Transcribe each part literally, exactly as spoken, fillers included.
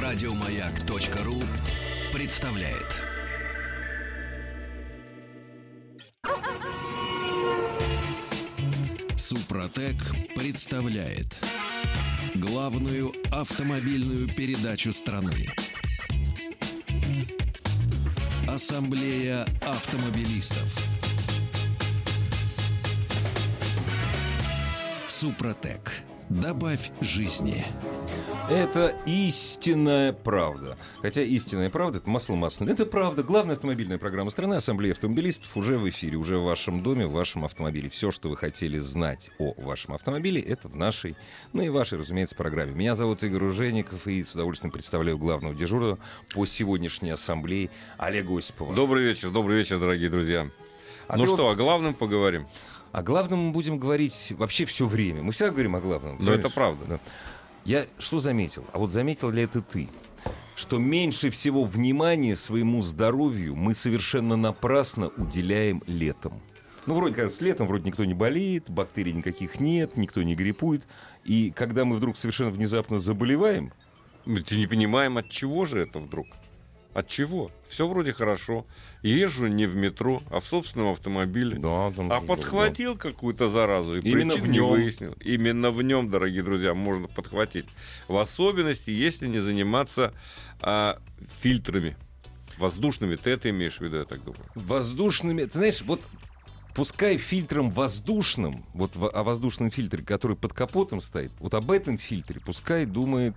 Радиомаяк.ру представляет. Супротек представляет главную автомобильную передачу страны. Ассамблея автомобилистов. Супротек. Добавь жизни. Это истинная правда. Хотя истинная правда — это масло масляное. Это правда. Главная автомобильная программа страны «Ассамблея автомобилистов» уже в эфире, уже в вашем доме, в вашем автомобиле. Все, что вы хотели знать о вашем автомобиле, это в нашей, ну и вашей, разумеется, программе. Меня зовут Игорь Ужеников, и с удовольствием представляю главного дежурного по сегодняшней ассамблее Олега Осипова. Добрый вечер, добрый вечер, дорогие друзья. А ну что, вот... о главном поговорим? О главном мы будем говорить вообще все время. Мы всегда говорим о главном. Но это правда. Да. Я что заметил? А вот заметил ли это ты? Что меньше всего внимания своему здоровью мы совершенно напрасно уделяем летом. Ну, вроде как с летом вроде никто не болеет, бактерий никаких нет, никто не гриппует. И когда мы вдруг совершенно внезапно заболеваем... Мы не понимаем, от чего же это вдруг? От чего? Все вроде хорошо. Езжу не в метро, а в собственном автомобиле. Да, там а же, подхватил да. какую-то заразу и именно причин в нем. не выяснил. Именно в нем, дорогие друзья, можно подхватить. В особенности, если не заниматься а, фильтрами. Воздушными. Ты это имеешь в виду, я так думаю. Воздушными. Ты знаешь, вот пускай фильтром воздушным, вот о воздушном фильтре, который под капотом стоит, вот об этом фильтре пускай думает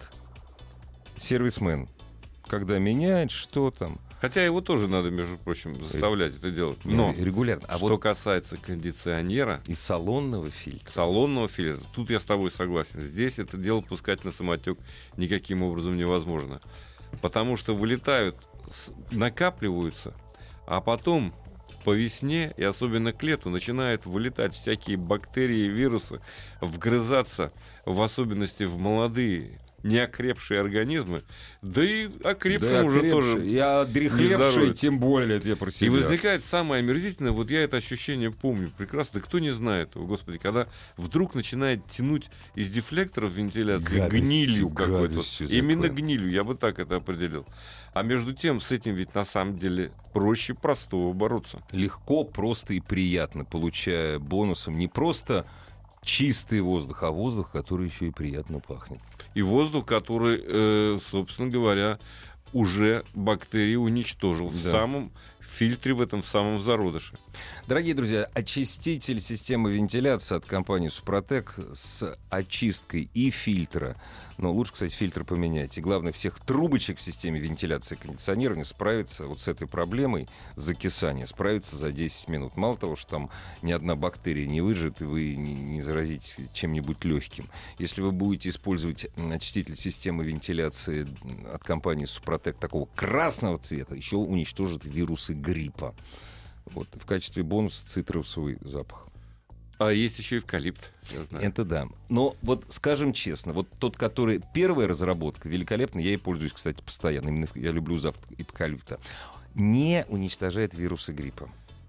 сервисмен. Когда меняет, что там. Хотя его тоже надо, между прочим, заставлять это делать. Но регулярно. А что вот касается кондиционера и салонного фильтра. Салонного фильтра, тут я с тобой согласен. Здесь это дело пускать на самотек никаким образом невозможно. Потому что вылетают, накапливаются, а потом по весне и особенно к лету начинают вылетать всякие бактерии, вирусы, вгрызаться, в особенности в молодые, неокрепшие организмы, да и окрепшим да, уже окрепшие. тоже. И одрехлевшие, тем более, это я про себя. И возникает самое омерзительное, вот я это ощущение помню прекрасно, да кто не знает его, господи, когда вдруг начинает тянуть из дефлекторов вентиляции гадостью, гнилью какой-то. Именно гнилью, я бы так это определил. А между тем, с этим ведь на самом деле проще простого бороться. Легко, просто и приятно, получая бонусом не просто чистый воздух, а воздух, который еще и приятно пахнет. И воздух, который, э, собственно говоря, уже бактерии уничтожил да. в самом фильтре, в этом в самом зародыше. Дорогие друзья, очиститель системы вентиляции от компании «Супротек» с очисткой и фильтра. Но лучше, кстати, фильтр поменять. И главное, всех трубочек в системе вентиляции и кондиционирования справиться вот с этой проблемой закисания. Справиться за десять минут. Мало того, что там ни одна бактерия не выжжет, и вы не, не заразитесь чем-нибудь легким. Если вы будете использовать очиститель системы вентиляции от компании «Супротек» такого красного цвета, еще уничтожит вирусы гриппа. Вот. В качестве бонуса цитрусовый запах. А есть еще эвкалипт, я знаю. Это да. Но вот скажем честно, вот тот, который первая разработка, великолепно, я ей пользуюсь, кстати, постоянно. Именно я люблю запах эвкалипта. Не уничтожает вирусы гриппа.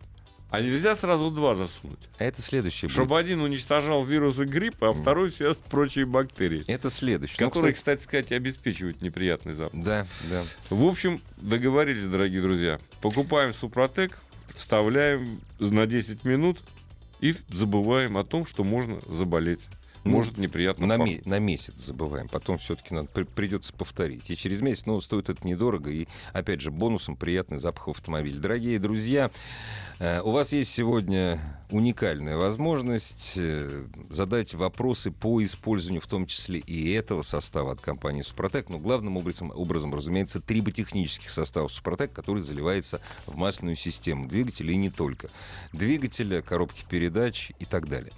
А нельзя сразу два засунуть? А это следующее. Чтобы будет. Один уничтожал вирусы гриппа, а второй все прочие бактерии. Это следующее. Которые, ну, кстати, кстати сказать, обеспечивают неприятный запах. Да, да. В общем, договорились, дорогие друзья. Покупаем Супротек, вставляем на десять минут и забываем о том, что можно заболеть. Может, ну, неприятно на, ме- на месяц забываем. Потом все-таки надо, при- придется повторить. И через месяц, ну, стоит это недорого. И, опять же, бонусом приятный запах автомобиля. Дорогие друзья, э, у вас есть сегодня уникальная возможность э, задать вопросы по использованию, в том числе и этого состава от компании «Супротек». Но главным образом, образом, разумеется, триботехнических составов «Супротек», который заливается в масляную систему двигателя и не только. Двигателя, коробки передач и так далее.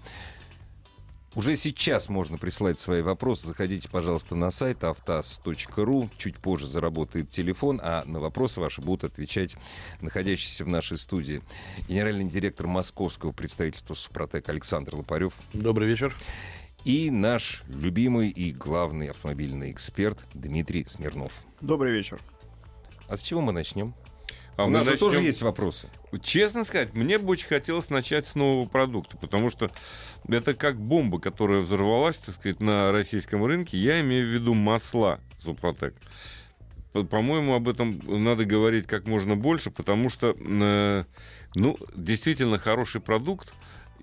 Уже сейчас можно присылать свои вопросы. Заходите, пожалуйста, на сайт автаз точка ру. Чуть позже заработает телефон, а на вопросы ваши будут отвечать находящийся в нашей студии генеральный директор московского представительства «Супротек» Александр Лопарев. Добрый вечер. И наш любимый и главный автомобильный эксперт Дмитрий Смирнов. Добрый вечер. А с чего мы начнем? А У нас же тоже есть вопросы. Честно сказать, мне бы очень хотелось начать с нового продукта, потому что это как бомба, которая взорвалась, так сказать, на российском рынке. Я имею в виду масла Супротек. по-моему, об этом надо говорить как можно больше, потому что, э, ну, действительно хороший продукт,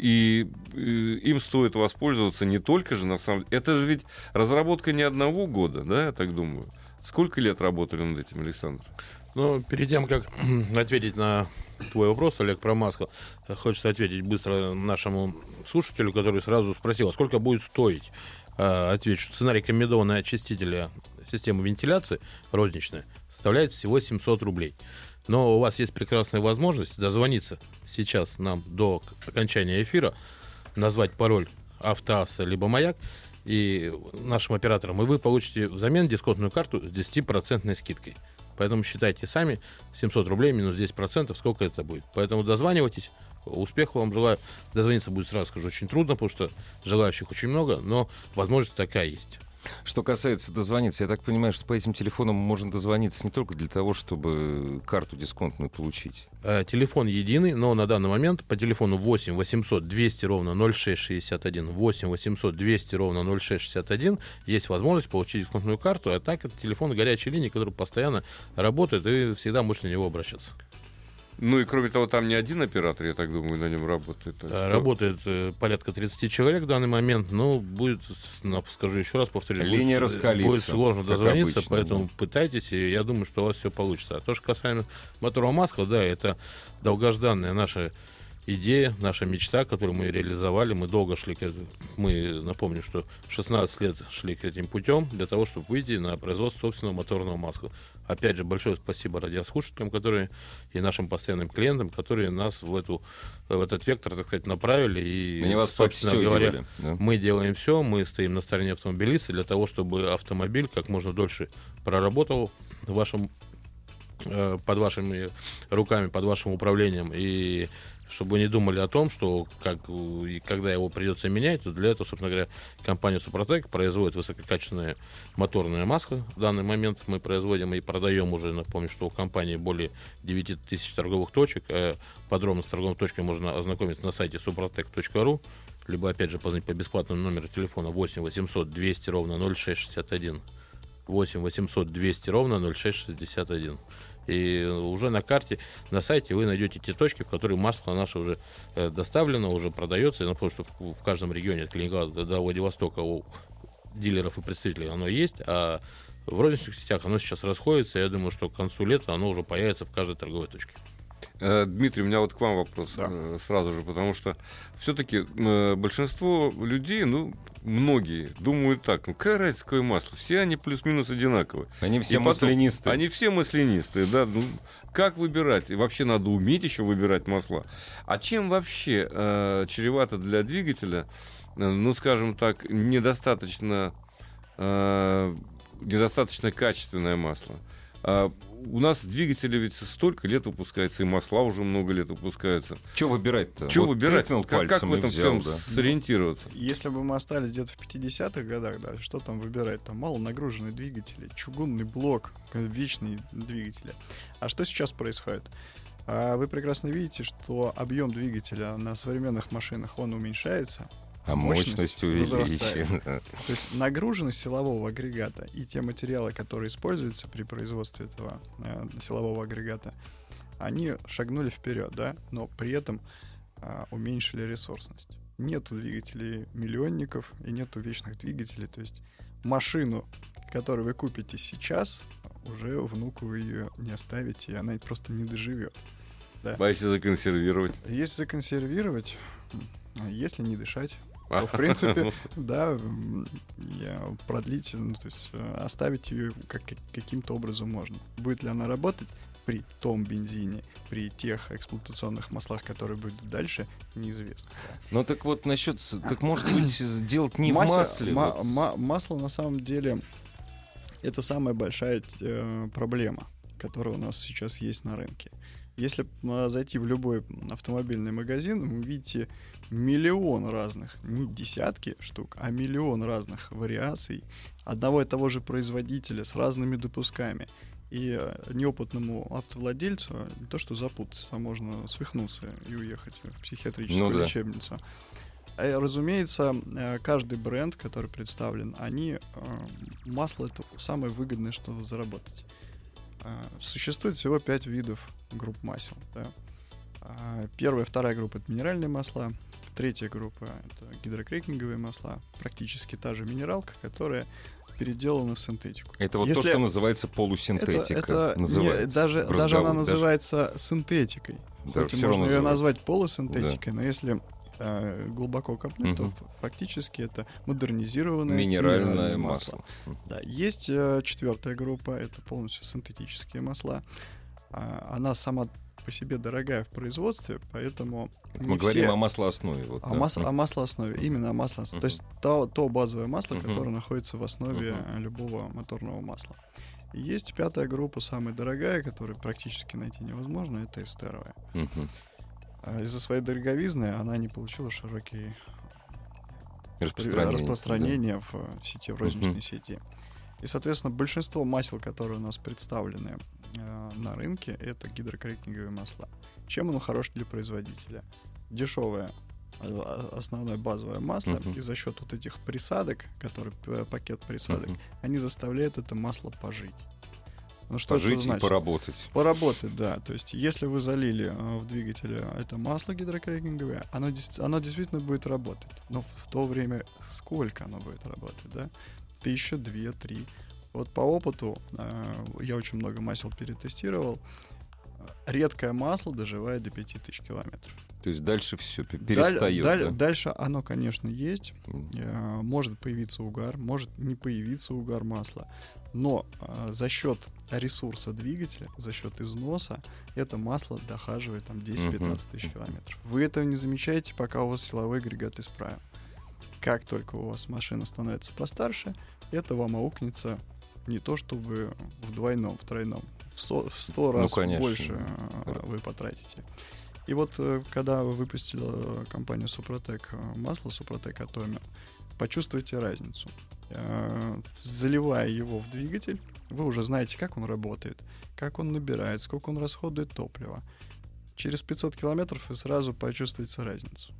и э, им стоит воспользоваться не только же, на самом деле. Это же ведь разработка не одного года, да, я так думаю. Сколько лет работали над этим, Александр? Ну, перед тем, как ответить на твой вопрос, Олег, про маску, хочется ответить быстро нашему слушателю, который сразу спросил, а сколько будет стоить. Отвечу, что цена рекомендованной очистителя системы вентиляции розничная составляет всего семьсот рублей. Но у вас есть прекрасная возможность дозвониться сейчас нам до окончания эфира, назвать пароль «Автоасса» либо «Маяк» и нашим операторам, и вы получите взамен дисконтную карту с десятипроцентной скидкой. Поэтому считайте сами, семьсот рублей минус десять процентов, сколько это будет. Поэтому дозванивайтесь, успехов вам желаю. Дозвониться будет, сразу скажу, очень трудно, потому что желающих очень много, но возможность такая есть. Что касается дозвониться, я так понимаю, что по этим телефонам можно дозвониться не только для того, чтобы карту дисконтную получить. Э, телефон единый, но на данный момент по телефону восемь восемьсот двести ровно ноль шесть шестьдесят один, восемь восемьсот двести ровно ноль шесть шестьдесят один есть возможность получить дисконтную карту, а так это телефон горячей линии, который постоянно работает, и всегда можете на него обращаться. Ну и кроме того, там не один оператор, я так думаю, на нем работает. Что... Работает э, порядка тридцать человек в данный момент, но будет, ну, скажу еще раз, повторюсь, линия будет, раскалится, будет сложно дозвониться, обычно, поэтому да. Пытайтесь, и я думаю, что у вас все получится. А то, что касаемо моторного масла, да, это долгожданная наша идея, наша мечта, которую мы реализовали. Мы долго шли к этому. Мы, напомню, что шестнадцать лет шли к этим путем для того, чтобы выйти на производство собственного моторного масла. Опять же, большое спасибо радиослушателям, которые и нашим постоянным клиентам, которые нас в, эту, в этот вектор, так сказать, направили. И, они вас собственно говоря, да? Мы делаем все, мы стоим на стороне автомобилиста для того, чтобы автомобиль как можно дольше проработал в вашем, э, под вашими руками, под вашим управлением. И чтобы вы не думали о том, что как, и когда его придется менять, то для этого, собственно говоря, компания «Супротек» производит высококачественное моторное масло. В данный момент мы производим и продаем уже, напомню, что у компании более девять тысяч торговых точек. Подробно с торговой точкой можно ознакомиться на сайте супротек точка ру, либо, опять же, позвонить по бесплатному номеру телефона восемь восемьсот двести ровно ноль шесть шестьдесят один. восемь восемьсот двести ровно ноль шесть шестьдесят один. И уже на карте, на сайте вы найдете те точки, в которые масло наше уже э, доставлено, уже продается. Я напомню, что в, в каждом регионе от Калининграда до Владивостока у дилеров и представителей оно есть, а в розничных сетях оно сейчас расходится. Я думаю, что к концу лета оно уже появится в каждой торговой точке. Дмитрий, у меня вот к вам вопрос да. сразу же, потому что все-таки большинство людей, ну, многие думают так, ну, какая разница, какое масло, все они плюс-минус одинаковые. Они все потом, маслянистые. Они все маслянистые, да, ну, как выбирать? И вообще надо уметь еще выбирать масла. А чем вообще э, чревато для двигателя, э, ну, скажем так, недостаточно, э, недостаточно качественное масло? А у нас двигатели ведь столько лет выпускается, и масла уже много лет выпускаются. Что выбирать-то? Что вот выбирать? Как, как в этом взял, всем да. сориентироваться? Если бы мы остались где-то в пятидесятых годах, да, что там выбирать? Там мало нагруженные двигатели, чугунный блок, вечные двигатели. А что сейчас происходит? Вы прекрасно видите, что объем двигателя на современных машинах, он уменьшается. А мощность, мощность увеличена. То есть нагруженность силового агрегата и те материалы, которые используются при производстве этого э, силового агрегата, они шагнули вперед, да, но при этом э, уменьшили ресурсность. Нету двигателей миллионников и нету вечных двигателей. То есть машину, которую вы купите сейчас, уже внуку вы ее не оставите, и она просто не доживет. Да. А если законсервировать? Если законсервировать, если не дышать, то, в принципе, да, продлить, ну, то есть оставить ее как, каким-то образом можно. Будет ли она работать при том бензине, при тех эксплуатационных маслах, которые будут дальше, неизвестно. Да. Ну так вот насчет, так может быть делать не Масса, в масле? Ма- вот. ма- масло на самом деле это самая большая э, проблема, которая у нас сейчас есть на рынке. Если зайти в любой автомобильный магазин, вы увидите миллион разных, не десятки штук, а миллион разных вариаций одного и того же производителя с разными допусками. И неопытному автовладельцу не то что запутаться, а можно свихнуться и уехать в психиатрическую ну, да. лечебницу. А, разумеется, каждый бренд, который представлен, они масло — это самое выгодное, что заработать. Существует всего пять видов групп масел. Да. Первая, вторая группа — это минеральные масла. Третья группа — это гидрокрекинговые масла. Практически та же минералка, которая переделана в синтетику. Это вот Если... то, что называется полусинтетика. Это, это называется не, даже, даже она называется даже... синтетикой. Да, Хоть можно ее назвать полусинтетикой, да. Но если э, глубоко копнуть, угу. то фактически это модернизированное минеральное, минеральное масло. масло. Да. Есть э, четвертая группа, это полностью синтетические масла. А, она сама по себе дорогая в производстве, поэтому мы говорим все... о маслооснове. Вот, о, да? мас... о маслооснове, именно о маслооснове. Uh-huh. То есть то, то базовое масло, uh-huh. которое находится в основе uh-huh. любого моторного масла. И есть пятая группа, самая дорогая, которую практически найти невозможно, это эстеровая. Uh-huh. А из-за своей дороговизны она не получила широкие распространение, распространение да. в, в сети, в розничной uh-huh. сети. И, соответственно, большинство масел, которые у нас представлены э, на рынке, это гидрокрекинговые масла. Чем оно хорош для производителя? Дешевое основное базовое масло, uh-huh. и за счет вот этих присадок, которые пакет присадок, uh-huh. они заставляют это масло пожить. Ну, что пожить это значит? И поработать. Поработать, да. То есть, если вы залили э, в двигатель это масло гидрокрекинговое, оно, оно действительно будет работать. Но в, в то время сколько оно будет работать, да? Тысяча, две, три. Вот по опыту, э, я очень много масел перетестировал, редкое масло доживает до пяти тысяч километров. То есть дальше все перестает. Даль, даль, да? Дальше оно, конечно, есть. Э, может появиться угар, может не появиться угар масла. Но э, за счет ресурса двигателя, за счет износа, это масло дохаживает там десять-пятнадцать тысяч километров. Вы этого не замечаете, пока у вас силовой агрегат исправен. Как только у вас машина становится постарше, это вам аукнется не то чтобы в двойном, в тройном, в сто, в сто раз ну, больше э, вы потратите. И вот э, когда выпустила компания Супротек масло Супротек Atomium, почувствуйте разницу. Э, заливая его в двигатель, вы уже знаете, как он работает, как он набирает, сколько он расходует топлива. Через пятьсот километров вы сразу почувствуете разницу.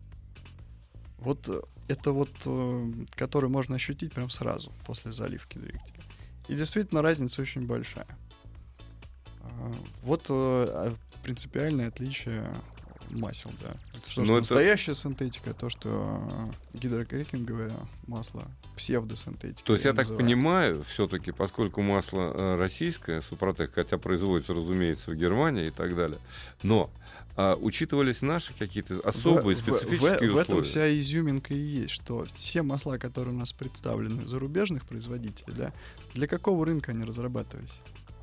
Вот это вот, который можно ощутить прям сразу после заливки двигателя. И действительно разница очень большая. Вот принципиальное отличие масел, да. Это что, что это... настоящая синтетика, то, что гидрокрекинговое масло, псевдосинтетика. То есть я, я так называю. понимаю, все-таки, поскольку масло российское, Супротек, хотя производится, разумеется, в Германии и так далее, но а, учитывались наши какие-то особые, в, специфические в, в, условия? В этом вся изюминка и есть, что все масла, которые у нас представлены зарубежных производителей, да, для какого рынка они разрабатывались?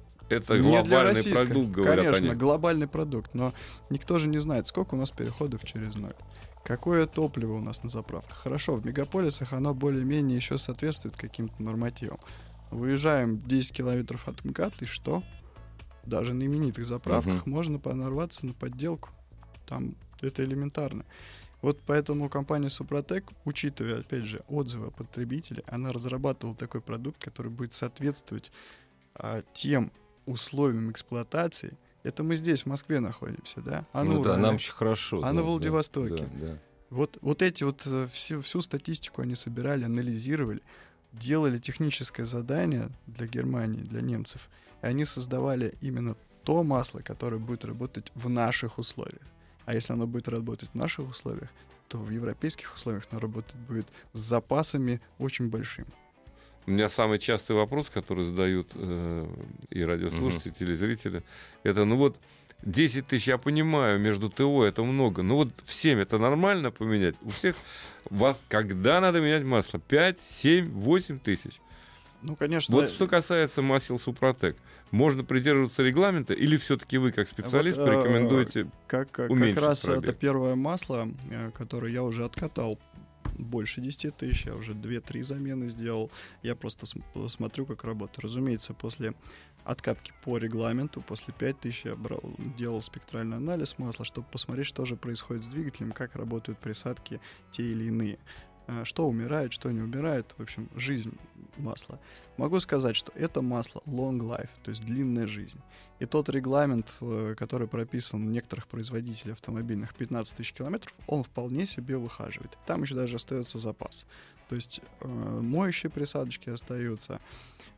Это глобальный продукт, говорят Конечно, они. Конечно, глобальный продукт, но никто же не знает, сколько у нас переходов через ноль. Какое топливо у нас на заправках. Хорошо, в мегаполисах оно более-менее еще соответствует каким-то нормативам. Выезжаем десять километров от МКАД, и что? Даже на именитых заправках uh-huh. можно понарваться на подделку. Там это элементарно. Вот поэтому компания Супротек, учитывая, опять же, отзывы потребителей, она разрабатывала такой продукт, который будет соответствовать а, тем условиям эксплуатации. Это мы здесь, в Москве, находимся, да? А ну на да, нам очень хорошо. А да, на Владивостоке. Да, да. Вот, вот эти вот всю, всю статистику они собирали, анализировали, делали техническое задание для Германии, для немцев, и они создавали именно то масло, которое будет работать в наших условиях. А если оно будет работать в наших условиях, то в европейских условиях оно работать будет с запасами очень большими. У меня самый частый вопрос, который задают э, и радиослушатели, и uh-huh. телезрители, это, ну вот, десять тысяч, я понимаю, между ТО это много, но вот в семь это нормально поменять? У всех, вас, когда надо менять масло? пять, семь, восемь тысяч? Ну, конечно. Вот что касается масел Супротек, можно придерживаться регламента или все-таки вы, как специалист, вот, порекомендуете э, как, уменьшить как раз пробег? Это первое масло, которое я уже откатал больше десяти тысяч, я уже две-три замены сделал. Я просто см- смотрю, как работает. Разумеется, после откатки по регламенту, после пяти тысяч я брал, делал спектральный анализ масла, чтобы посмотреть, что же происходит с двигателем, как работают присадки те или иные. Что умирает, что не умирает, в общем, жизнь масла. Могу сказать, что это масло long life, то есть длинная жизнь. И тот регламент, который прописан у некоторых производителей автомобильных, пятнадцать тысяч километров, он вполне себе выхаживает. Там еще даже остается запас. То есть э, моющие присадочки остаются,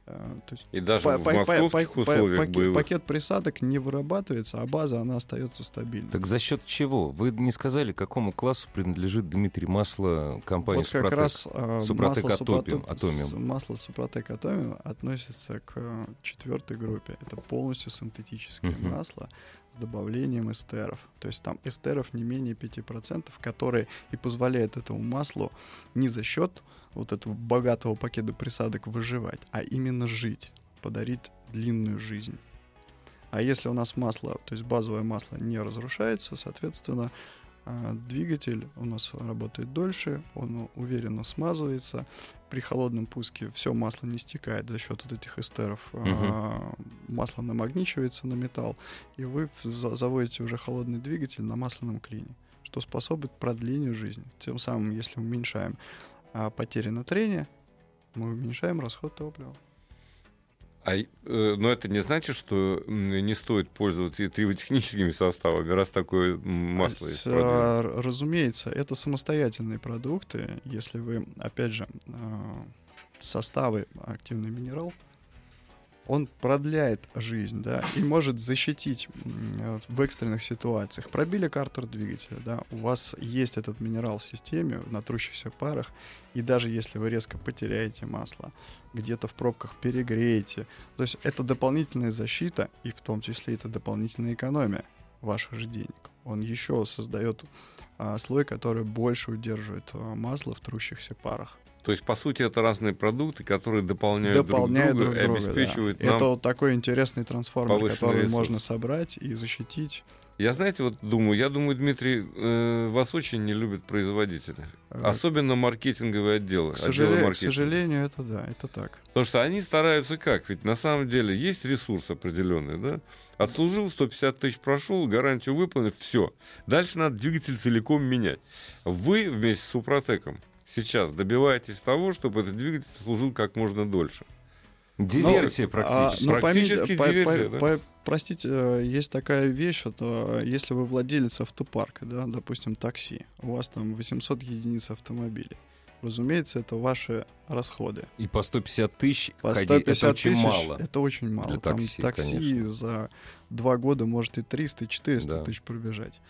То есть И даже по- в по- московских по- условиях пакет, боевых. пакет присадок не вырабатывается, а база, она остается стабильной. Так за счет чего? Вы не сказали, какому классу принадлежит, Дмитрий, масло компании Вот как «Супротек»? раз э, Супротек масло Атопиум, Супротек- Атомиум. с- масло Супротек Атомиум относится к э, четвертой группе. Это полностью синтетическое Мгм. масло с добавлением эстеров. То есть там эстеров не менее пяти процентов, которые и позволяют этому маслу не за счет вот этого богатого пакета присадок выживать, а именно жить, подарить длинную жизнь. А если у нас масло, то есть базовое масло не разрушается, соответственно, а, двигатель у нас работает дольше, он уверенно смазывается. При холодном пуске все масло не стекает за счет вот этих эстеров. А, масло намагничивается на металл, и вы в- за- заводите уже холодный двигатель на масляном клине, что способствует продлению жизни. Тем самым, если уменьшаем а, потери на трение, мы уменьшаем расход топлива. А, э, но это не значит, что м, не стоит пользоваться и триботехническими составами, раз такое м, масло есть. С- продвинутое. а, Разумеется, это самостоятельные продукты. Если вы, опять же, а, составы активный минерал, он продляет жизнь, да, и может защитить м, в экстренных ситуациях. Пробили картер двигателя, да, у вас есть этот минерал в системе, на трущихся парах, и даже если вы резко потеряете масло, где-то в пробках перегреете, то есть это дополнительная защита, и в том числе это дополнительная экономия ваших же денег. Он еще создает а, слой, который больше удерживает а, масло в трущихся парах. То есть, по сути, это разные продукты, которые дополняют, Дополняют друг друга, друг и друга, обеспечивают да. нам... Это вот такой интересный трансформер, повышенный который ресурс. можно собрать и защитить. Я, знаете, вот думаю, я думаю, Дмитрий, э, вас очень не любят производители. Э, Особенно маркетинговые отделы. К, отделы сожалению, к маркетинга. сожалению, это да, это так. Потому что они стараются как? Ведь на самом деле есть ресурс определенный, да? Отслужил, сто пятьдесят тысяч прошел, гарантию выполнил, все. Дальше надо двигатель целиком менять. Вы вместе с Супротеком сейчас добиваетесь того, чтобы этот двигатель служил как можно дольше. Диверсия А, практически. ну, Практически поймите, по- диверсия, по- да? по- простите, э, есть такая вещь, вот, э, если вы владелец автопарка, да, допустим, такси, у вас там восемьсот единиц автомобилей, разумеется, это ваши расходы. И по сто пятьдесят тысяч По ходи- сто это пятьдесят очень тысяч мало. это очень мало. для Там такси, такси конечно. за два года может и триста, и четыреста Да. тысяч пробежать.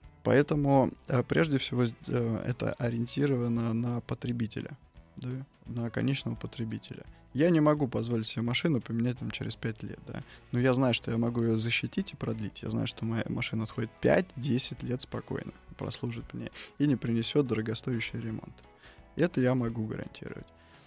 Поэтому э, прежде всего э, это ориентировано на потребителя, да, на конечного потребителя. Я не могу позволить себе машину поменять там через пять лет, да. Но я знаю, что я могу ее защитить и продлить. Я знаю, что моя машина отходит пять-десять лет спокойно, прослужит мне и не принесет дорогостоящий ремонт. Это я могу гарантировать.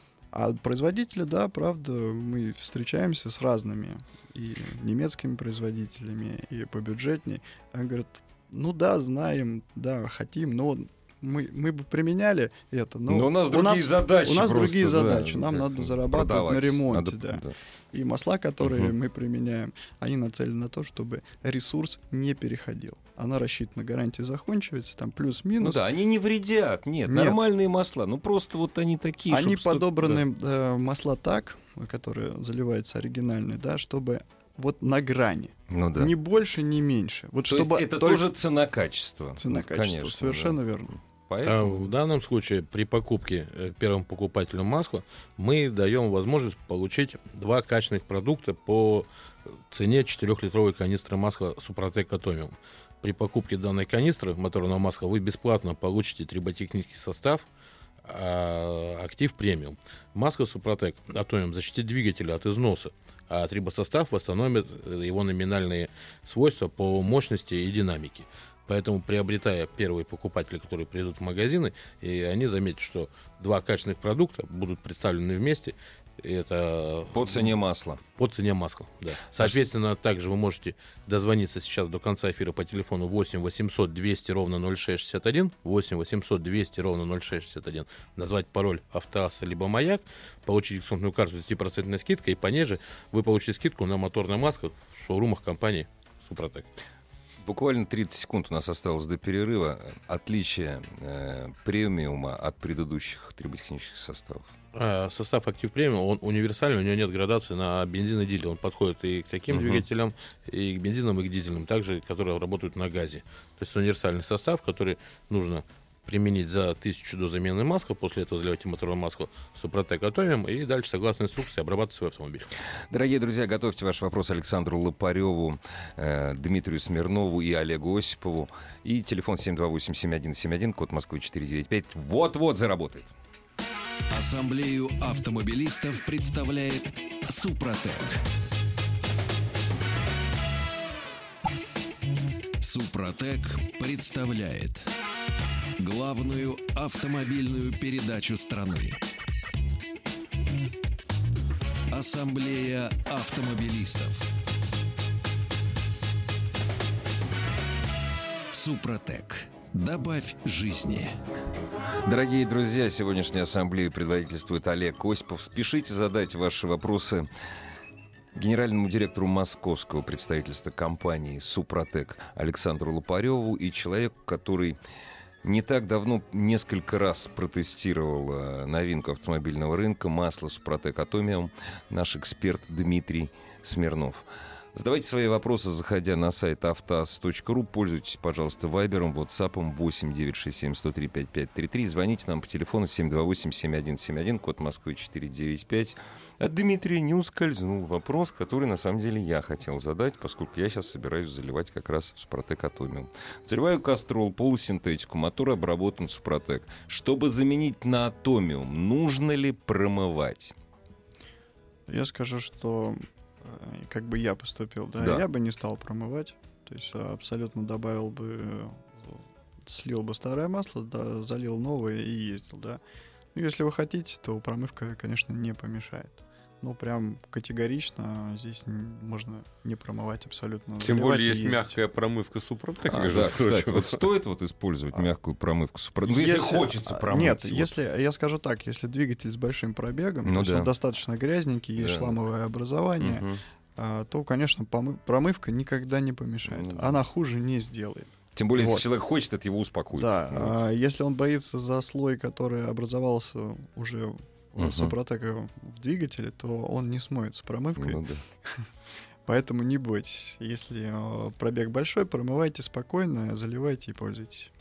А производители, да, правда, мы встречаемся с разными и немецкими производителями, и побюджетней. Они говорят, ну да, знаем, да, хотим, но мы, мы бы применяли это, но, Но у нас другие задачи У нас просто, другие да, задачи, нам как надо бы зарабатывать продавать. на ремонте, Надо- да. И масла, которые Мгм. мы применяем, они нацелены на то, чтобы ресурс не переходил. Она рассчитана, гарантия закончивается, там Ну плюс-минус. да, они не вредят, нет, Нет. нормальные масла, ну просто вот они такие. Они чтоб сто- подобраны, э, масла так, которые заливаются оригинальные, да, чтобы вот на грани. Да. Ну да. Ни больше, ни меньше. Вот То чтобы есть это только тоже цена-качество. цена-качество. Конечно, Совершенно да. верно. А Поэтому... в данном случае при покупке э, первым покупателю масла мы даем возможность получить два качественных продукта по цене четырехлитровой канистры масла Супротек Атомиум. При покупке данной канистры моторного масла вы бесплатно получите триботехнический состав, а, актив премиум. Масло Супротек Атомиум защитит двигателя от износа, а трибосостав восстановит его номинальные свойства по мощности и динамике. Поэтому, приобретая первые покупатели, которые придут в магазины, и они заметят, что два качественных продукта будут представлены вместе, и это По цене масла. по цене масла. Да. Соответственно, также вы можете дозвониться сейчас до конца эфира по телефону восемь восемьсот двести ровно ноль шесть шестьдесят один, восемь восемьсот двести ровно ноль шесть шестьдесят один, назвать пароль «Автоасса» либо «Маяк», получить дисконтную карту с десять процентов скидкой, и пониже вы получите скидку на моторное масло в шоурумах компании «Супротек». Буквально тридцать секунд у нас осталось до перерыва. Отличие э, премиума от предыдущих триботехнических составов. А, Состав «Актив Премиум», он универсальный, у него нет градации на бензин и дизель. Он подходит и к таким Мгм. двигателям, и к бензинам, и к дизельным, также, которые работают на газе. То есть универсальный состав, который нужно применить за тысячу до замены масла, после этого заливайте моторное масло Супротек Атомиум и дальше, согласно инструкции, обрабатывать свой автомобиль. Дорогие друзья, готовьте ваш вопрос Александру Лопареву, э, Дмитрию Смирнову и Олегу Осипову. И телефон семь два восемь семь один семь один, код Москвы четыре девять пять. Вот-вот заработает. Ассамблею автомобилистов представляет Супротек. Супротек представляет главную автомобильную передачу страны. Ассамблея автомобилистов. Супротек. Добавь жизни. Дорогие друзья, сегодняшнюю ассамблею предводительствует Олег Осипов. Спешите задать ваши вопросы генеральному директору московского представительства компании «Супротек» Александру Лопареву и человеку, который не так давно несколько раз протестировал новинку автомобильного рынка — масло «Супротек Атомиум», наш эксперт Дмитрий Смирнов. Задавайте свои вопросы, заходя на сайт автоаз точка ру. Пользуйтесь, пожалуйста, вайбером, ватсапом восемь девятьсот шестьдесят семь сто три пятьдесят пять тридцать три. Звоните нам по телефону семь два восемь семь один семь один, код Москвы четыре девять пять. От Дмитрия не ускользнул вопрос, который на самом деле я хотел задать, поскольку я сейчас собираюсь заливать как раз Супротек Атомиум. Заливаю кастрол, полусинтетику, мотор обработан Супротек. Чтобы заменить на Атомиум, нужно ли промывать? Я скажу, что как бы я поступил, да, Да. я бы не стал промывать, то есть абсолютно добавил бы, слил бы старое масло, да, залил новое и ездил, да. Ну, если вы хотите, то промывка, конечно, не помешает. Ну, прям категорично здесь можно не промывать абсолютно. Тем заливать более и есть ездить. мягкая промывка Супротек. А, между да, кстати, прочим. вот стоит вот использовать мягкую промывку Супротек? Ну, если, хочется промыть. Нет, вот. если, я скажу так, если двигатель с большим пробегом, Ну то есть да. он достаточно грязненький, есть Да. шламовое образование, Мгм. а, то, конечно, помы- промывка никогда не помешает. Ну да. Она хуже не сделает. Тем более, Вот. если человек хочет, это его успокоит. Да, Вот. а, если он боится за слой, который образовался уже у Мгм. Супротека в двигателе, то он не смоется промывкой. Ну да. Поэтому не бойтесь. Если э, пробег большой, промывайте спокойно, заливайте и пользуйтесь.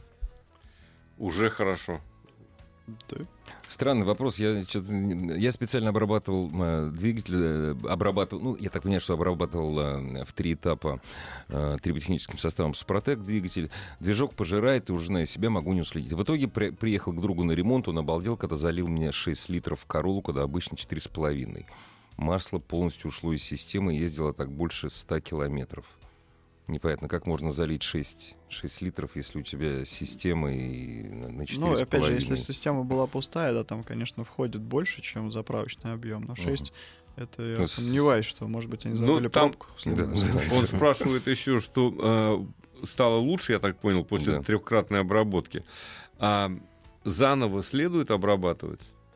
Уже хорошо. Да. Странный вопрос. Я, чё-то не- я специально обрабатывал э, двигатель, э, обрабатывал, ну, я так понимаю, что обрабатывал э, в три этапа э, триботехническим составом Супротек двигатель. Движок пожирает, и уже на себя могу не уследить. В итоге при- приехал к другу на ремонт, он обалдел, когда залил мне шесть литров в Короллу, когда обычно четыре с половиной. Масло полностью ушло из системы, ездило так больше ста километров. Непонятно, как можно залить шесть, шесть литров, если у тебя система и на на четыре Ну, с опять же, если половиной. система была пустая, да, там, конечно, входит больше, чем заправочный объем. Но шесть это я Ну, с- сомневаюсь, что, может быть, они Ну, забыли там- пробку. Да, да. Он спрашивает еще, что э, стало лучше, я так понял, после Да. трехкратной обработки. А заново следует обрабатывать?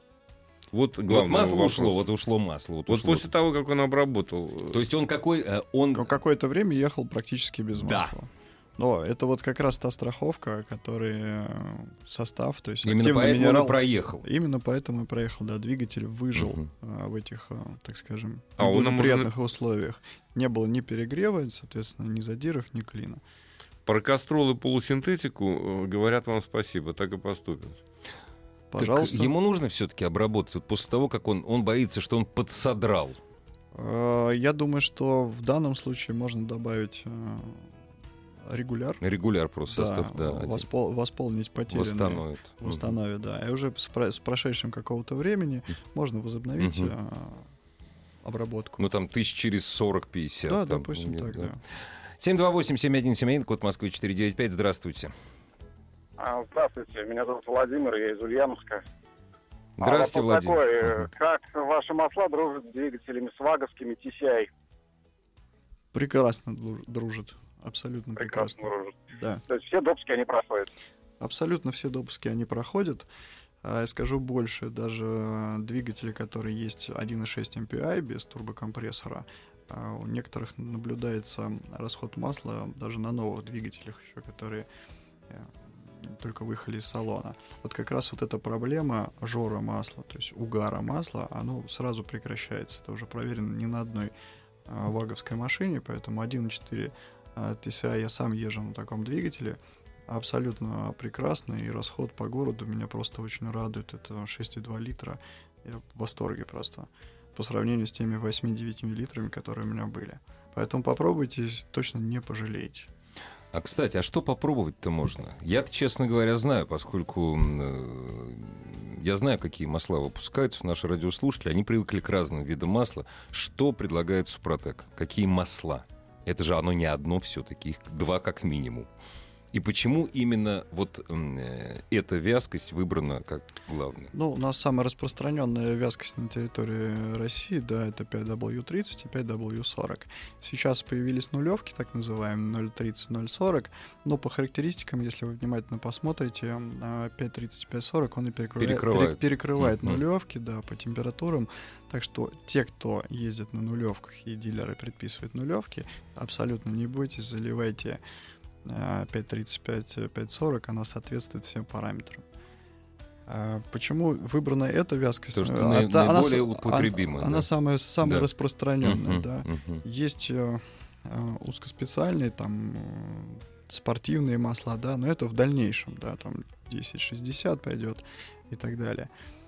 Вот Вот главный масло вопрос. ушло, вот ушло масло. Вот Вот ушло. после того, как он обработал. То есть он какой? э, Он... Но какое-то время ехал практически без Да. масла. Но это вот как раз та страховка, которая э, состав, то есть Именно активный поэтому минерал. он и проехал. Именно поэтому и проехал, да, двигатель выжил Мгм. а, в этих, а, так скажем, А он нам благоприятных условиях. Не было ни перегрева, соответственно, ни задиров, ни клина. Про кастрол и полусинтетику э, говорят вам спасибо, так и поступят. Пожалуйста. Так ему нужно все-таки обработать вот после того, как он, он боится, что он подсодрал. А, Я думаю, что в данном случае можно добавить а, регуляр. Регуляр просто Да, состав, да, один. воспол- восполнить потерянные. Восстановит. Восстановит, да. И уже с, про- с прошедшим какого-то времени можно возобновить Мгм. а, обработку. Ну там тысяч через сорок-пятьдесят. да, там, допустим, нет, так, да. семь два восемь семь один семь один, код Москвы четыре девять пять. Здравствуйте. А, Здравствуйте, меня зовут Владимир, я из Ульяновска. Здравствуйте, а вопрос Владимир. такой, э, Мгм. как ваши масла дружат с двигателями сваговскими ти си ай? Прекрасно друж- дружит. Абсолютно прекрасно. Прекрасно дружат. Да. То есть все допуски они проходят. Абсолютно все допуски они проходят. А я скажу больше, даже двигатели, которые есть один и шесть эм пи ай без турбокомпрессора, а у некоторых наблюдается расход масла даже на новых двигателях еще, которые э, только выехали из салона. Вот как раз вот эта проблема жора масла, то есть угара масла, оно сразу прекращается. Это уже проверено не на одной а, ваговской машине, поэтому один и четыре а, ти си ай я сам езжу на таком двигателе. абсолютно прекрасно, и расход по городу меня просто очень радует. Это шесть и два литра. Я в восторге просто по сравнению с теми восемь-девять литрами, которые у меня были. Поэтому попробуйте, точно не пожалеете. А, кстати, а что попробовать-то можно? Я, честно говоря, знаю, поскольку э, я знаю, какие масла выпускаются. Наши радиослушатели, они привыкли к разным видам масла. Что предлагает Супротек? Какие масла? Это же оно не одно все-таки, их два как минимум. И почему именно вот э, эта вязкость выбрана как главная? Ну, у нас самая распространенная вязкость на территории России, да, это пять дабл ю тридцать и пять дабл ю сорок. Сейчас появились нулевки, так называемые, ноль тридцать, ноль сорок, но по характеристикам, если вы внимательно посмотрите, пять тридцать и пять сорок, он и перекрывает, перекрывает. перекрывает Mm-hmm. нулевки, да, по температурам. Так что те, кто ездит на нулевках и дилеры предписывают нулевки, абсолютно не бойтесь, заливайте пять тридцать пять, пять сорок, она соответствует всем параметрам. Почему выбрана эта вязкость? Потому что она, наиболее она, употребима. Она, да? она самая, самая да. распространенная, uh-huh, да. Uh-huh. Есть э, узкоспециальные, там, э, спортивные масла, да, но это в дальнейшем, да, там десять шестьдесят пойдет и так далее.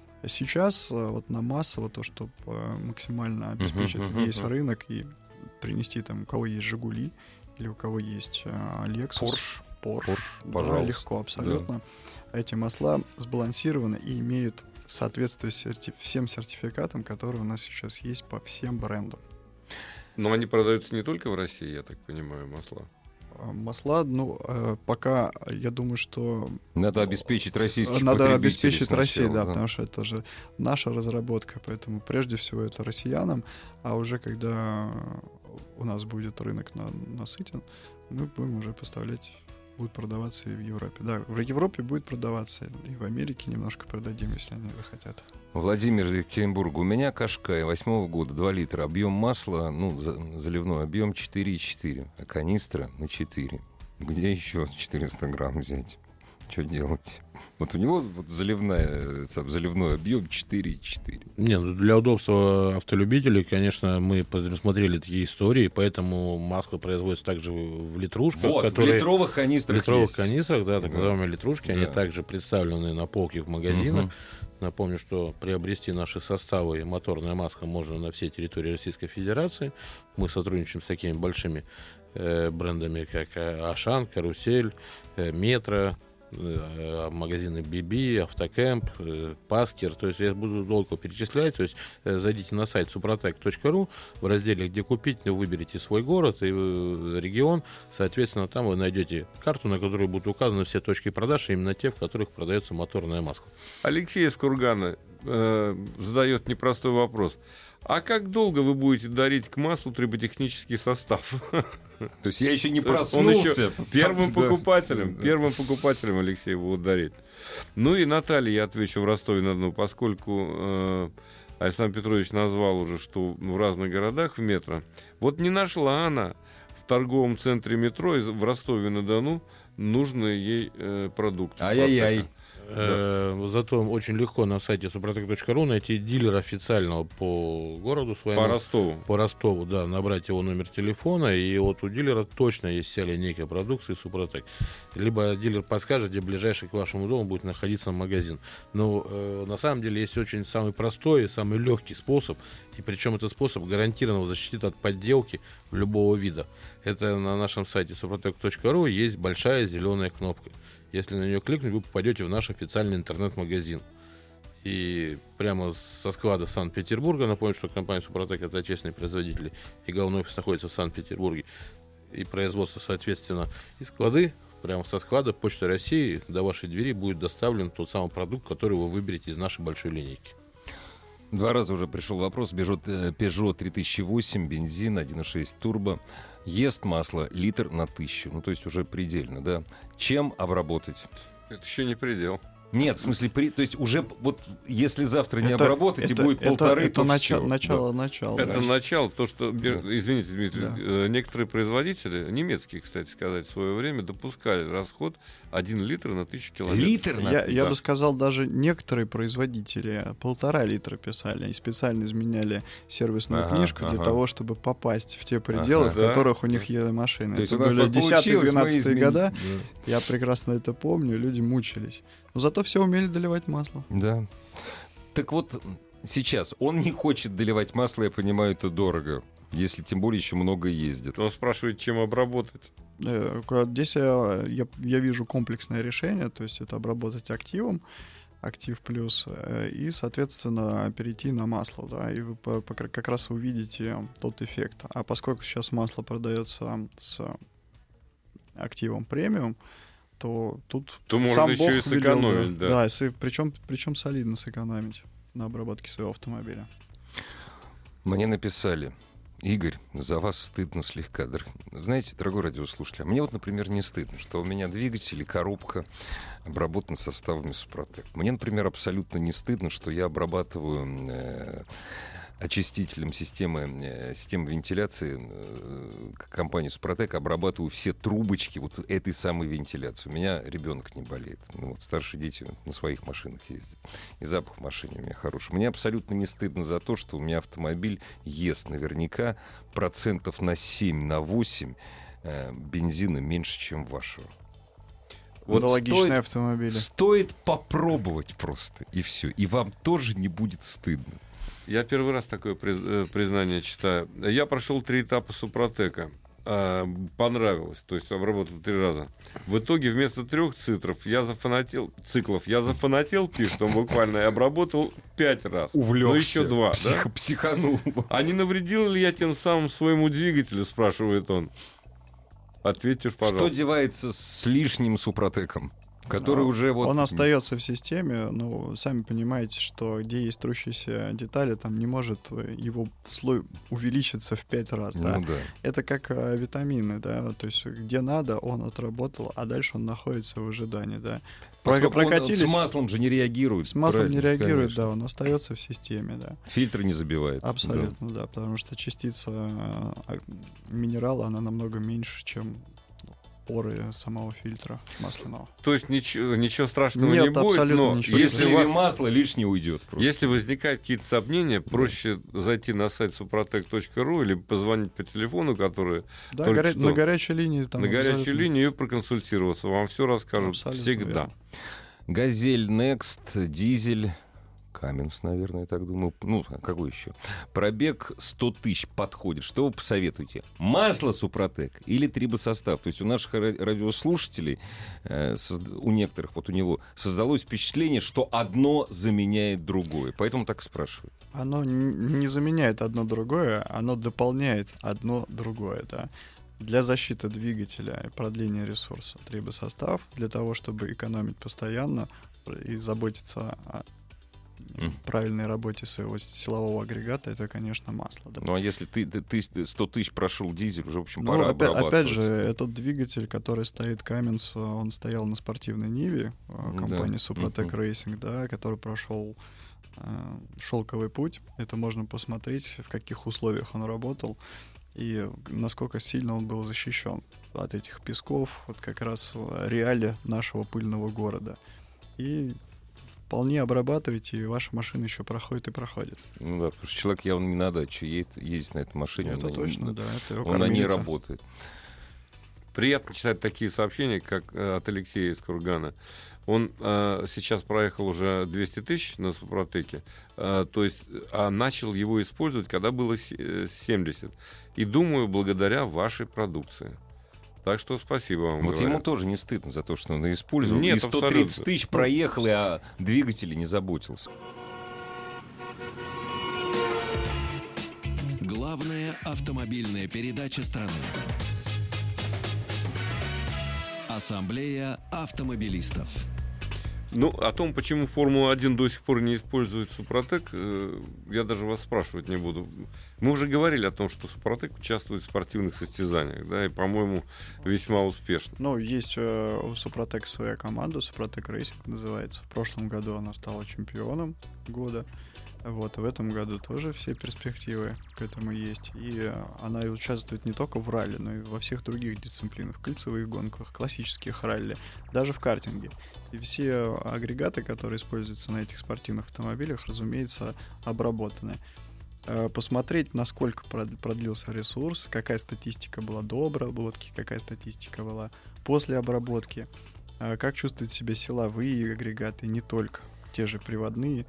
Сейчас э, вот на массово, то, чтобы э, максимально обеспечить uh-huh, uh-huh, весь uh-huh. рынок и принести, там, у кого есть «Жигули», или у кого есть uh, Lexus, Porsche, Porsche, Porsche да, легко, абсолютно. Да. Эти масла сбалансированы и имеют соответствие серти- всем сертификатам, которые у нас сейчас есть по всем брендам. Но они продаются не только в России, я так понимаю, масла. Масла, ну, э, пока, я думаю, что... Надо обеспечить российских Надо обеспечить сначала, Россию, да, да, потому что это же наша разработка, поэтому прежде всего это россиянам, а уже когда у нас будет рынок на, насытен, мы будем уже поставлять, будет продаваться и в Европе. Да, в Европе будет продаваться, и в Америке немножко продадим, если они захотят. Владимир из Екатеринбурга. У меня Кашкай восьмого года, два литра. Объем масла, ну, заливной объем четыре и четыре, а канистра на четыре. Где еще четыреста грамм взять? Что делать? Вот у него вот заливная, заливной объем четыре и четыре. Не, ну для удобства автолюбителей, конечно, мы предусмотрели такие истории, поэтому масло производится также в литрушках. Вот, которые... в литровых канистрах В литровых есть. канистрах, да, так да. называемые литрушки, да. Они также представлены на полке в магазинах. Угу. Напомню, что приобрести наши составы и моторное масло можно на всей территории Российской Федерации. Мы сотрудничаем с такими большими э, брендами, как Ашан, Карусель, э, Метро, э, магазины би би, Автокэмп, э, Паскер. То есть я буду долго перечислять. То есть э, зайдите на сайт супротек точка ру, в разделе «Где купить», выберите свой город и э, регион. Соответственно, там вы найдете карту, на которой будут указаны все точки продаж, именно те, в которых продается моторное масло. Алексей из Кургана э, задает непростой вопрос. А как долго вы будете дарить к маслу триботехнический состав? То есть я еще не проснулся. Он еще первым покупателем, первым покупателем Алексей будет дарить. Ну и Наталья, я отвечу в Ростове-на-Дону, поскольку э, Александр Петрович назвал уже, что в разных городах в метро. Вот не нашла она в торговом центре метро в Ростове-на-Дону нужные ей э, продукты. Ай-яй-яй. Да. Зато очень легко на сайте супротек точка ру найти дилера официального по городу своему. По Ростову. По Ростову, да, набрать его номер телефона, и вот у дилера точно есть вся линейка продукции Супротек. Либо дилер подскажет, где ближайший к вашему дому будет находиться магазин. Но э, на самом деле есть очень самый простой и самый легкий способ, и причем этот способ гарантированно защитит от подделки любого вида. Это на нашем сайте супротек точка ру есть большая зеленая кнопка. Если на нее кликнуть, вы попадете в наш официальный интернет-магазин. И прямо со склада Санкт-Петербурга, напомню, что компания «Супротек» — это отечественный производитель, и головной офис находится в Санкт-Петербурге, и производство, соответственно, и склады, прямо со склада Почты России до вашей двери будет доставлен тот самый продукт, который вы выберете из нашей большой линейки. Два раза уже пришел вопрос. Peugeot три тысячи восемь, бензин, один и шесть турбо. Ест масло литр на тысячу. Ну, то есть уже предельно, да? Чем обработать? Это еще не предел. Нет, в смысле, при, то есть уже вот если завтра не Это- обработать, и это- будет это- полторы, это то начало, всё. начало, начало. Это да. начало, то, что, бер- Да. извините, Дмитрий, Да. э, некоторые производители, немецкие, кстати сказать, в свое время допускали расход один литр на тысячу километров. Литр на Я, я Да. бы сказал, даже некоторые производители полтора литра писали и специально изменяли сервисную Ага, книжку для ага. того, чтобы попасть в те пределы, Ага. в Да. которых у них ели машины. То есть Это у нас были вот получилось, мы десятые-двенадцатые изменили. года. Да. Я прекрасно это помню, люди мучились. Но зато все умели доливать масло. Да. Так вот, сейчас он не хочет доливать масло, я понимаю, это дорого. Если тем более еще много ездит. Он спрашивает, чем обработать. Э, Здесь я, я, я вижу комплексное решение, то есть это обработать активом, актив плюс, э, и, соответственно, перейти на масло, да, и вы по- по- как раз увидите тот эффект. А поскольку сейчас масло продается с активом премиум, то тут То можно сам еще Бог и велел, сэкономить, да. Да, и причем, причем солидно сэкономить на обработке своего автомобиля. Мне написали: Игорь, за вас стыдно слегка. Дор- Знаете, дорогой радиослушатель, а мне вот, например, не стыдно, что у меня двигатель и коробка обработаны составами Супротек. Мне, например, абсолютно не стыдно, что я обрабатываю э, очистителем системы, э, системы вентиляции э, компании Супротек, обрабатываю все трубочки вот этой самой вентиляции. У меня ребенок не болеет. Ну, вот старшие дети на своих машинах ездят. И запах в машине у меня хороший. Мне абсолютно не стыдно за то, что у меня автомобиль ест наверняка процентов на семь, на восемь э, бензина меньше, чем вашего. Вот Аналогичные стоит- автомобили. Стоит попробовать просто, и все. И вам тоже не будет стыдно. Я первый раз такое приз- э, признание читаю. Я прошел три этапа Супротека. А, понравилось, то есть обработал три раза. В итоге вместо трех цитров я зафанател, циклов я зафанател, пишет он буквально, и обработал пять раз. Увлекся. Ну еще два, Псих- да? Психанул. А не навредил ли я тем самым своему двигателю, спрашивает он. Ответьте уж, Что пожалуйста. девается с лишним Супротеком, который Ну, уже вот... Он остается в системе, но сами понимаете, что где есть трущиеся детали, там не может э, его слой увеличиться в пять раз. Да? Ну да. Это как э, витамины, да, то есть где надо, он отработал, а дальше он находится в ожидании, да. Поскольку он Прокатились, с маслом же не реагирует. с маслом не правильно? реагирует, Конечно. да, он остается в системе, да. Фильтры не забивает. Абсолютно, да, потому что частица э, а, минерала, она намного меньше, чем поры самого фильтра масляного. То есть ничего, ничего страшного Нет, не будет, абсолютно но ничего. если Если у вас масло лишнее уйдет. Просто. Если возникают какие-то сомнения, проще зайти на сайт супротек точка ру или позвонить по телефону, который Да, Только горя- что. на горячей линии там на горячую абсолютно- линию и проконсультироваться. Вам все расскажут Абсолютно всегда. верно. Газель Next, дизель, Каменс, наверное, я так думаю. Ну, а какой еще? Пробег сто тысяч подходит. Что вы посоветуете? Масло Супротек или трибосостав? То есть у наших ра- радиослушателей, э, созд- у некоторых, вот у него, создалось впечатление, что одно заменяет другое. Поэтому так и спрашивают. Оно н- не заменяет одно другое, оно дополняет одно другое, да. Для защиты двигателя и продления ресурса трибосостав, для того, чтобы экономить постоянно и заботиться о Мгм. правильной работе своего силового агрегата, это, конечно, масло. Да. Ну, а если ты, ты, ты сто тысяч прошел дизель, уже, в общем, Ну, пора опять, опять обрабатывать. же, этот двигатель, который стоит Каменс, он стоял на спортивной Ниве э, Да. компании Супротек Мгм. Racing, да, который прошел э, шелковый путь. Это можно посмотреть, в каких условиях он работал и насколько сильно он был защищен от этих песков, вот как раз реалия нашего пыльного города. И вполне обрабатываете, и ваша машина еще проходит и проходит. Ну да, потому что человек явно не на даче едет, ездит на этой машине. Это он, точно, он- да. Это он на ней кормилица. работает. Приятно читать такие сообщения, как э, от Алексея из Кургана. Он э, сейчас проехал уже двести тысяч на Супротеке, э, то есть, а начал его использовать, когда было с- э, семьдесят. И думаю, благодаря вашей продукции. Так что спасибо вам. Вот говорят. ему тоже не стыдно за то, что он использовал. Нет, и сто тридцать абсолютно. тысяч проехал, и о двигателе не заботился. Главная автомобильная передача страны. Ассамблея автомобилистов. Ну, о том, почему Формула-один до сих пор не использует Супротек, э, я даже вас спрашивать не буду. Мы уже говорили о том, что Супротек участвует в спортивных состязаниях, да, и, по-моему, весьма успешно. Ну, есть э, у Супротек своя команда, Супротек Рейсинг называется. В прошлом году она стала чемпионом года. Вот, в этом году тоже все перспективы к этому есть. И она участвует не только в ралли, но и во всех других дисциплинах, в кольцевых гонках, классических ралли, даже в картинге. И все агрегаты, которые используются на этих спортивных автомобилях, разумеется, обработаны. Посмотреть, насколько продлился ресурс, какая статистика была до обработки, какая статистика была после обработки, как чувствуют себя силовые агрегаты, не только те же приводные,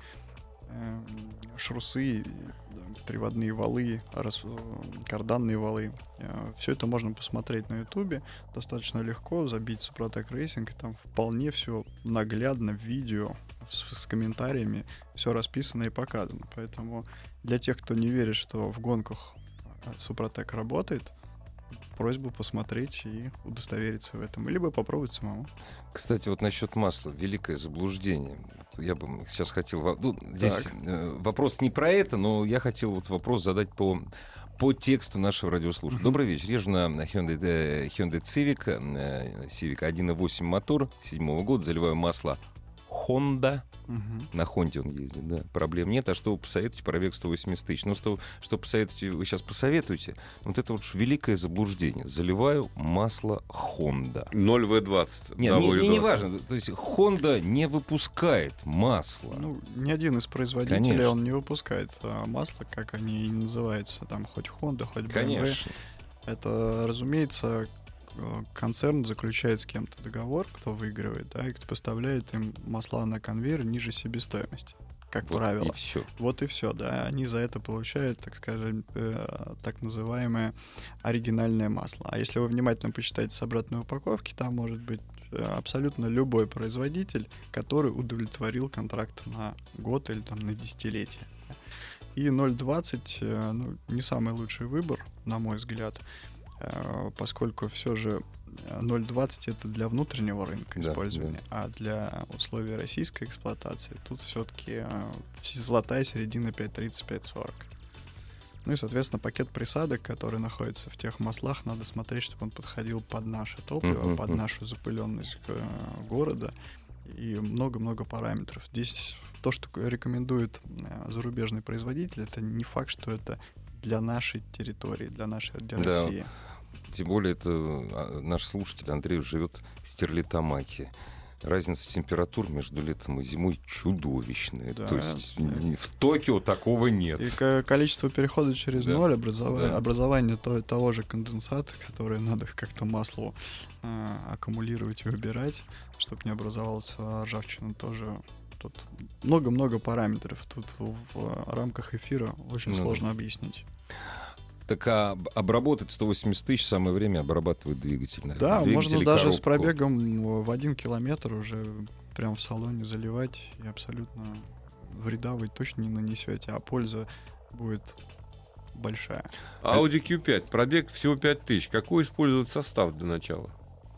шрусы, приводные валы, карданные валы. Все это можно посмотреть на Ютубе. Достаточно легко забить Супротек Рейсинг, и там вполне все наглядно в видео с, с комментариями, все расписано и показано. Поэтому для тех, кто не верит, что в гонках Супротек работает, просьбу посмотреть и удостовериться в этом. Либо попробовать самому. Кстати, вот насчет масла. Великое заблуждение. Я бы сейчас хотел... Ну, здесь так. Вопрос не про это, но я хотел вот вопрос задать по, по тексту нашего радиослушателя. Mm-hmm. Добрый вечер. Езжу на Hyundai, Hyundai Civic, Civic один и восемь мотор седьмого года. Заливаю масло Honda. Uh-huh. На Хонде он ездит, да. Проблем нет. А что вы посоветуете? Пробег сто восемьдесят тысяч. Ну, что, что посоветуете, вы сейчас посоветуете? Вот это вот великое заблуждение. Заливаю масло Honda. ноль вэ двадцать. Нет, да, не, не, не важно. То есть Honda не выпускает масло. Ну, ни один из производителей, конечно, он не выпускает а, масло, как они и называются. Там хоть Honda, хоть бэ эм вэ. Конечно. Это, разумеется, концерн заключает с кем-то договор, кто выигрывает, да, и кто поставляет им масла на конвейер ниже себестоимости, как вот правило. И все. Вот и все, да. Они за это получают, так скажем, э, так называемое оригинальное масло. А если вы внимательно почитаете с обратной упаковки, там может быть абсолютно любой производитель, который удовлетворил контракт на год или там на десятилетие. И ноль двадцать, э, ну, не самый лучший выбор, на мой взгляд, поскольку все же ноль двадцать это для внутреннего рынка да, использования, да. А для условий российской эксплуатации тут все-таки золотая середина пять тридцать — пять сорок. Ну и, соответственно, пакет присадок, который находится в тех маслах, надо смотреть, чтобы он подходил под наше топливо, uh-huh, под uh-huh. нашу запыленность города и много-много параметров. Здесь то, что рекомендует зарубежный производитель, это не факт, что это для нашей территории, для нашей для да. России. Тем более, это наш слушатель Андрей живет в Стерлитамаке. Разница температур между летом и зимой чудовищная. Да, то есть да. в Токио такого нет. И количество переходов через да. ноль, образование, да. образование то, того же конденсата, который надо как-то масло э, аккумулировать и убирать, чтобы не образовалась ржавчина, тоже. Тут много-много параметров. Тут в, в рамках эфира очень ну, сложно объяснить. Так а обработать сто восемьдесят тысяч самое время обрабатывать двигатель. Да, двигатель можно даже коробку. С пробегом в один километр уже прям в салоне заливать, и абсолютно вреда вы точно не нанесете, а польза будет большая. Audi кью пять, пробег всего пять тысяч. Какой используют состав для начала?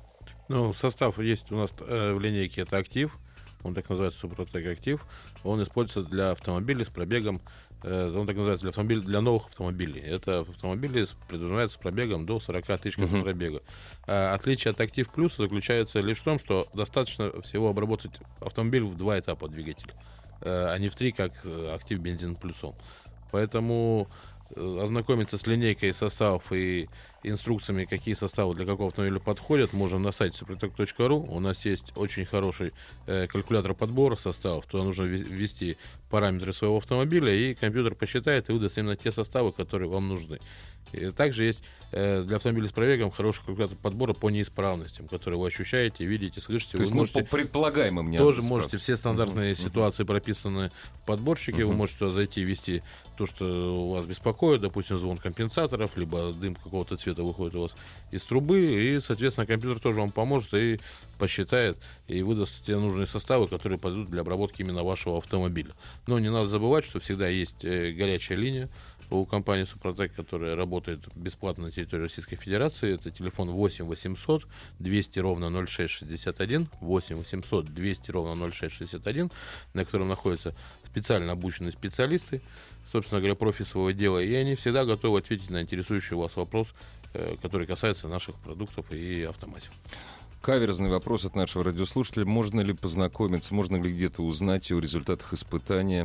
Ну, состав есть у нас э, в линейке, это актив. Он так называется Супротек Актив. Он используется для автомобилей с пробегом, э, он так называется для автомобилей, для новых автомобилей. Это автомобили предусматривается с пробегом до сорок тысяч uh-huh. пробега. А, отличие от Актив Плюс заключается лишь в том, что достаточно всего обработать автомобиль в два этапа двигателя, э, а не в три, как Актив Бензин Плюсом. Поэтому ознакомиться с линейкой составов и инструкциями, какие составы для какого автомобиля подходят, можно на сайте супротек точка ру. У нас есть очень хороший э, калькулятор подбора составов. Туда нужно ввести параметры своего автомобиля, и компьютер посчитает и выдаст именно те составы, которые вам нужны. И также есть э, для автомобиля с пробегом хороший калькулятор подбора по неисправностям, которые вы ощущаете, видите, слышите. То вы есть, можете, ну, по предполагаемым тоже можете, все стандартные uh-huh. ситуации прописаны в подборщике. Uh-huh. Вы можете туда зайти, ввести то, что вас беспокоит, допустим, звон компенсаторов, либо дым какого-то цвета выходит у вас из трубы, и, соответственно, компьютер тоже вам поможет и посчитает, и выдаст те нужные составы, которые подойдут для обработки именно вашего автомобиля. Но не надо забывать, что всегда есть э, горячая линия у компании «Супротек», которая работает бесплатно на территории Российской Федерации. Это телефон восемь восемьсот двести ровно ноль шесть шестьдесят один, восемь восемьсот двести ровно ноль шесть шестьдесят один, на котором находятся специально обученные специалисты, собственно говоря, профи своего дела, и они всегда готовы ответить на интересующий вас вопрос, который касается наших продуктов и автоматики. Каверзный вопрос от нашего радиослушателя. Можно ли познакомиться, можно ли где-то узнать о результатах испытания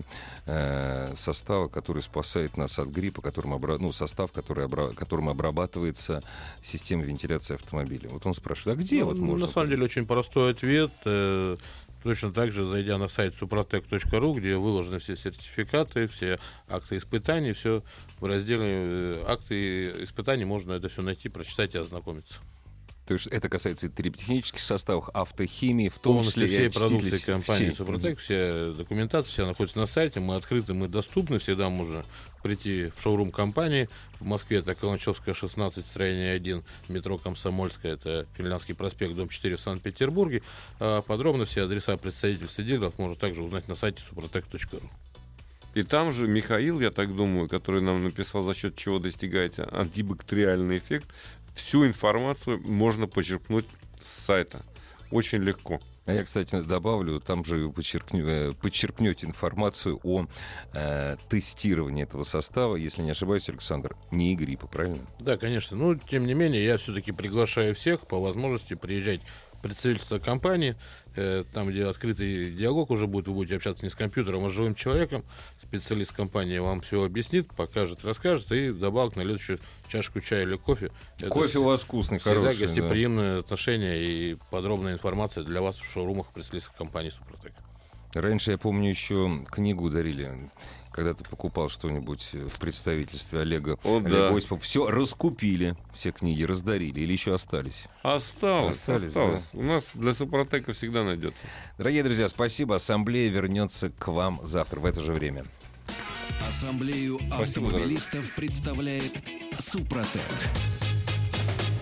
э, состава, который спасает нас от гриппа, которым обра... ну, состав, который обра... которым обрабатывается система вентиляции автомобиля? Вот он спрашивает, а где ну, вот можно? На самом деле очень простой ответ. Э, точно так же, зайдя на сайт супротек точка ру, где выложены все сертификаты, все акты испытаний, все в разделе э, акты испытаний, можно это все найти, прочитать и ознакомиться. То есть это касается и триботехнических составов, автохимии, в том числе всей и продукции компании всей. «Супротек», вся документация, вся находится на сайте, мы открыты, мы доступны, всегда можно прийти в шоурум компании в Москве, это Каланчевская, шестнадцать, строение один, метро Комсомольская, это Финляндский проспект, дом четыре в Санкт-Петербурге. А подробно все адреса представительств и дилеров можно также узнать на сайте супротек точка ру. И там же Михаил, я так думаю, который нам написал, за счет чего достигаете антибактериальный эффект, всю информацию можно почерпнуть с сайта. Очень легко. А я, кстати, добавлю, там же вы подчеркню, подчеркнете информацию о э, тестировании этого состава, если не ошибаюсь, Александр, не и гриппа, правильно? Да, конечно. Но, тем не менее, я все-таки приглашаю всех по возможности приезжать в представительство компании, э, там, где открытый диалог уже будет, вы будете общаться не с компьютером, а с живым человеком. Специалист компании вам все объяснит, покажет, расскажет, и вдобавок нальет еще чашку чая или кофе. Кофе Это у вас вкусный, всегда хороший. гостеприимное да. отношение и подробная информация для вас в шоурумах представительства компании «Супротек». Раньше, я помню, еще книгу дарили. Когда ты покупал что-нибудь в представительстве Олега, О, Олега да. Осипова, все раскупили, все книги раздарили или еще остались? Осталось, Остались, осталось. У нас для «Супротека» всегда найдется. Дорогие друзья, спасибо. Ассамблея вернется к вам завтра в это же время. Ассамблею Спасибо, автомобилистов представляет «Супротек».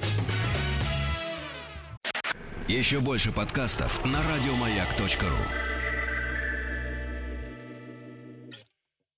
Еще больше подкастов на радиомаяк точка ру.